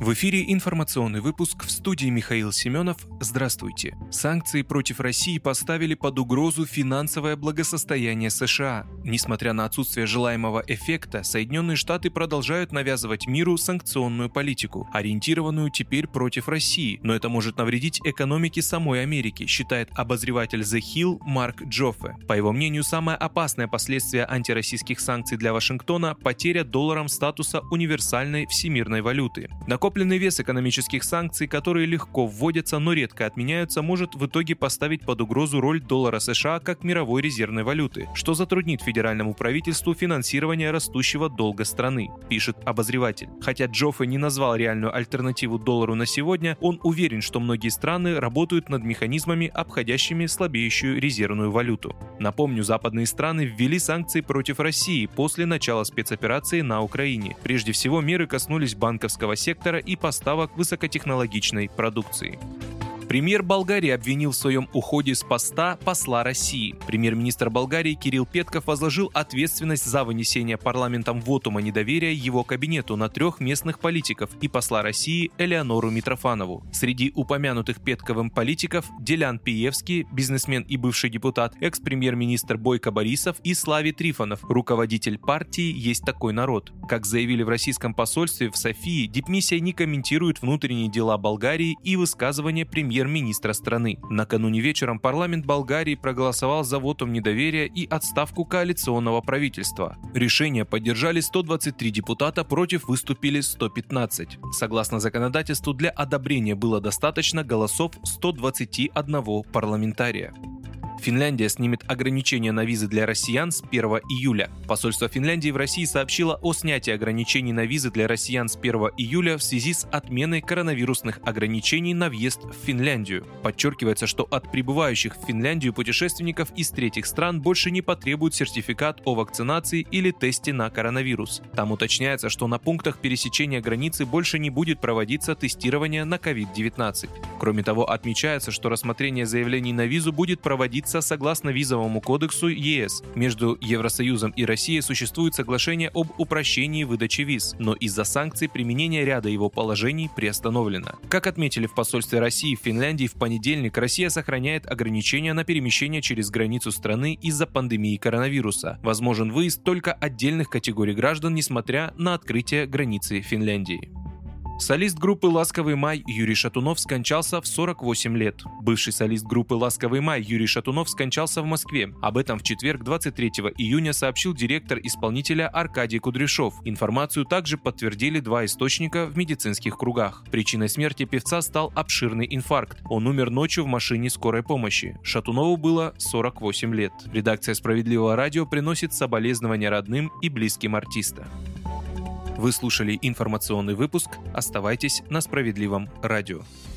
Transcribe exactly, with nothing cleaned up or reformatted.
В эфире информационный выпуск, в студии Михаил Семенов. Здравствуйте. Санкции против России поставили под угрозу финансовое благосостояние США. Несмотря на отсутствие желаемого эффекта, Соединенные Штаты продолжают навязывать миру санкционную политику, ориентированную теперь против России, но это может навредить экономике самой Америки, считает обозреватель The Hill Марк Джоффе. По его мнению, самое опасное последствие антироссийских санкций для Вашингтона – потеря долларом статуса универсальной всемирной валюты. Накопленный вес экономических санкций, которые легко вводятся, но редко отменяются, может в итоге поставить под угрозу роль доллара США как мировой резервной валюты, что затруднит федеральному правительству финансирование растущего долга страны, пишет обозреватель. Хотя Джоффе не назвал реальную альтернативу доллару на сегодня, он уверен, что многие страны работают над механизмами, обходящими слабеющую резервную валюту. Напомню, западные страны ввели санкции против России после начала спецоперации на Украине. Прежде всего, меры коснулись банковского сектора и поставок высокотехнологичной продукции. Премьер Болгарии обвинил в своем уходе с поста посла России. Премьер-министр Болгарии Кирилл Петков возложил ответственность за вынесение парламентом вотума недоверия его кабинету на трех местных политиков и посла России Элеонору Митрофанову. Среди упомянутых Петковым политиков Делян Пиевский, бизнесмен и бывший депутат, экс-премьер-министр Бойко Борисов и Слави Трифонов, руководитель партии «Есть такой народ». Как заявили в российском посольстве в Софии, дипмиссия не комментирует внутренние дела Болгарии и высказывания премьер премьер-министра страны. Накануне вечером парламент Болгарии проголосовал за вотум недоверия и отставку коалиционного правительства. Решение поддержали сто двадцать три депутата, против выступили сто пятнадцать. Согласно законодательству, для одобрения было достаточно голосов ста двадцати одного парламентария. Финляндия снимет ограничения на визы для россиян с первого июля. Посольство Финляндии в России сообщило о снятии ограничений на визы для россиян с первого июля в связи с отменой коронавирусных ограничений на въезд в Финляндию. Подчеркивается, что от прибывающих в Финляндию путешественников из третьих стран больше не потребуют сертификат о вакцинации или тесте на коронавирус. Там уточняется, что на пунктах пересечения границы больше не будет проводиться тестирование на ковид девятнадцать. Кроме того, отмечается, что рассмотрение заявлений на визу будет проводиться согласно визовому кодексу ЕС. Между Евросоюзом и Россией существует соглашение об упрощении выдачи виз, но из-за санкций применение ряда его положений приостановлено. Как отметили в посольстве России в Финляндии, в понедельник Россия сохраняет ограничения на перемещение через границу страны из-за пандемии коронавируса. Возможен выезд только отдельных категорий граждан, несмотря на открытие границы Финляндии. Солист группы «Ласковый май» Юрий Шатунов скончался в сорок восемь лет. Бывший солист группы «Ласковый май» Юрий Шатунов скончался в Москве. Об этом в четверг, двадцать третьего июня, сообщил директор исполнителя Аркадий Кудряшов. Информацию также подтвердили два источника в медицинских кругах. Причиной смерти певца стал обширный инфаркт. Он умер ночью в машине скорой помощи. Шатунову было сорок восемь лет. Редакция «Справедливого радио» приносит соболезнования родным и близким артиста. Вы слушали информационный выпуск. Оставайтесь на Справедливом радио.